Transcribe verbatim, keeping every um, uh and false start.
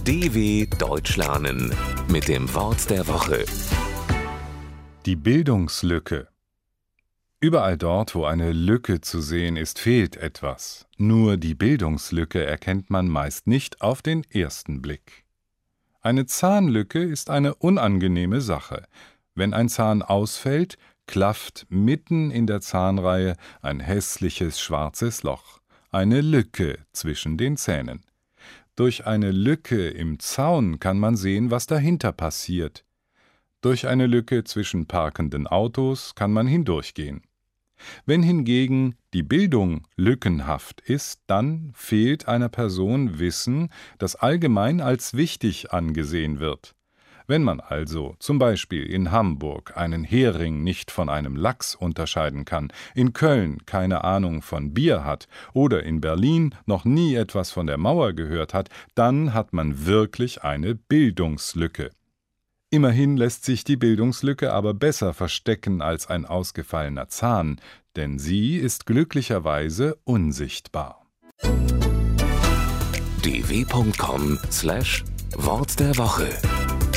D W Deutsch lernen mit dem Wort der Woche. Die Bildungslücke. Überall dort, wo eine Lücke zu sehen ist, fehlt etwas. Nur die Bildungslücke erkennt man meist nicht auf den ersten Blick. Eine Zahnlücke ist eine unangenehme Sache. Wenn ein Zahn ausfällt, klafft mitten in der Zahnreihe ein hässliches schwarzes Loch, eine Lücke zwischen den Zähnen. Durch eine Lücke im Zaun kann man sehen, was dahinter passiert. Durch eine Lücke zwischen parkenden Autos kann man hindurchgehen. Wenn hingegen die Bildung lückenhaft ist, dann fehlt einer Person Wissen, das allgemein als wichtig angesehen wird. Wenn man also zum Beispiel in Hamburg einen Hering nicht von einem Lachs unterscheiden kann, in Köln keine Ahnung von Bier hat oder in Berlin noch nie etwas von der Mauer gehört hat, dann hat man wirklich eine Bildungslücke. Immerhin lässt sich die Bildungslücke aber besser verstecken als ein ausgefallener Zahn, denn sie ist glücklicherweise unsichtbar. d w punkt com slash Wort der Woche